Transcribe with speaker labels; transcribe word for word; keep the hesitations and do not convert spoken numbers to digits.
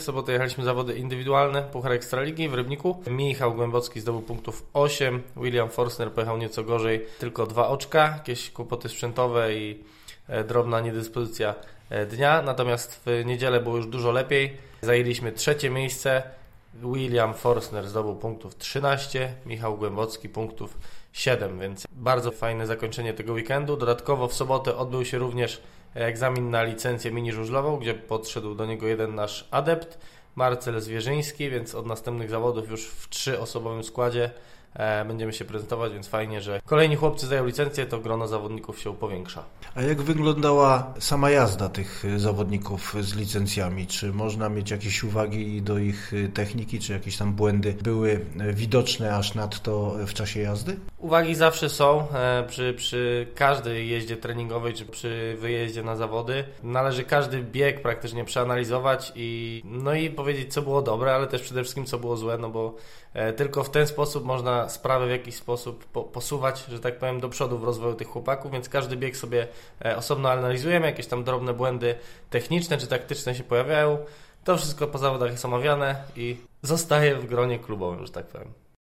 Speaker 1: sobotę jechaliśmy zawody indywidualne, Puchar Ekstraligi w Rybniku. Michał Głębocki zdobył punktów osiem, William Forstner pojechał nieco gorzej, tylko dwa oczka, jakieś kłopoty sprzętowe i drobna niedyspozycja dnia. Natomiast w niedzielę było już dużo lepiej. Zajęliśmy trzecie miejsce. William Forstner zdobył punktów trzynaście, Michał Głębocki punktów siedem, więc bardzo fajne zakończenie tego weekendu. Dodatkowo w sobotę odbył się również egzamin na licencję mini żużlową, gdzie podszedł do niego jeden nasz adept, Marcel Zwierzyński, więc od następnych zawodów już w trzyosobowym składzie e, będziemy się prezentować, więc fajnie, że kolejni chłopcy zdają licencję, to grono zawodników się powiększa.
Speaker 2: A jak wyglądała sama jazda tych zawodników z licencjami? Czy można mieć jakieś uwagi do ich techniki, czy jakieś tam błędy były widoczne aż nadto w czasie jazdy?
Speaker 1: Uwagi zawsze są e, przy, przy każdej jeździe treningowej, czy przy wyjeździe na zawody. Należy każdy bieg praktycznie przeanalizować i, no i powiedzieć, co było dobre, ale też przede wszystkim, co było złe, no bo e, tylko w ten sposób można sprawę w jakiś sposób po, posuwać, że tak powiem, do przodu w rozwoju tych chłopaków, więc każdy bieg sobie e, osobno analizujemy, jakieś tam drobne błędy techniczne czy taktyczne się pojawiają. To wszystko po zawodach jest omawiane i zostaje w gronie klubowym, że tak powiem.